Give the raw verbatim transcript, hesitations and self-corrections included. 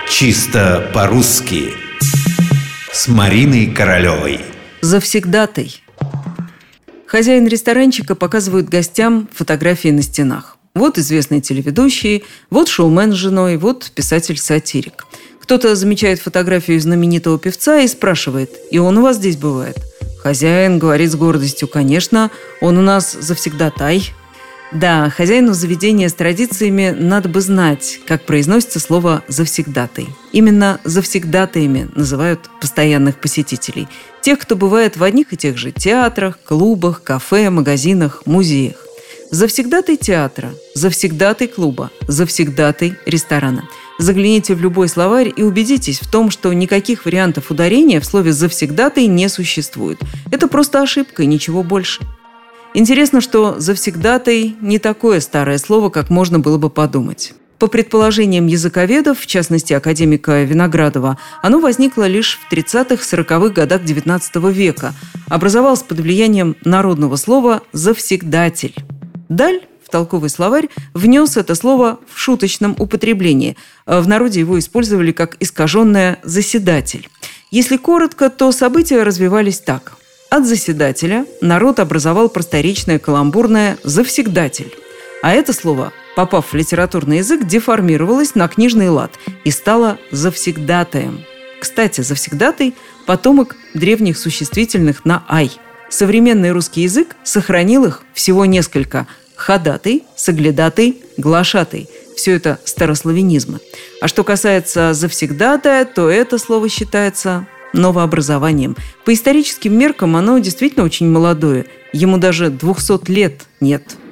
Чисто по-русски с Мариной Королевой. Завсегдатай. Хозяин ресторанчика показывает гостям фотографии на стенах. Вот известный телеведущий, вот шоумен с женой, вот писатель-сатирик. Кто-то замечает фотографию знаменитого певца и спрашивает: «И он у вас здесь бывает?» Хозяин говорит с гордостью: «Конечно, он у нас завсегдатай». Да, хозяину заведения с традициями надо бы знать, как произносится слово «завсегдатай». Именно завсегдатаями называют постоянных посетителей. Тех, кто бывает в одних и тех же театрах, клубах, кафе, магазинах, музеях. Завсегдатай театра, завсегдатай клуба, завсегдатай ресторана. Загляните в любой словарь и убедитесь в том, что никаких вариантов ударения в слове «завсегдатай» не существует. Это просто ошибка и ничего больше. Интересно, что «завсегдатай» не такое старое слово, как можно было бы подумать. По предположениям языковедов, в частности академика Виноградова, оно возникло лишь в тридцатых-сороковых годах девятнадцатого века. Образовалось под влиянием народного слова «завсегдатель». Даль в толковый словарь внес это слово в шуточном употреблении. В народе его использовали как искаженное «заседатель». Если коротко, то события развивались так. От заседателя народ образовал просторечное каламбурное «завсегдатель». А это слово, попав в литературный язык, деформировалось на книжный лад и стало завсегдатаем. Кстати, завсегдатай – потомок древних существительных на «ай». Современный русский язык сохранил их всего несколько – ходатай, соглядатай, глашатай. Все это старославянизмы. А что касается завсегдатая, то это слово считается новообразованием. По историческим меркам оно действительно очень молодое. Ему даже двухсот лет нет.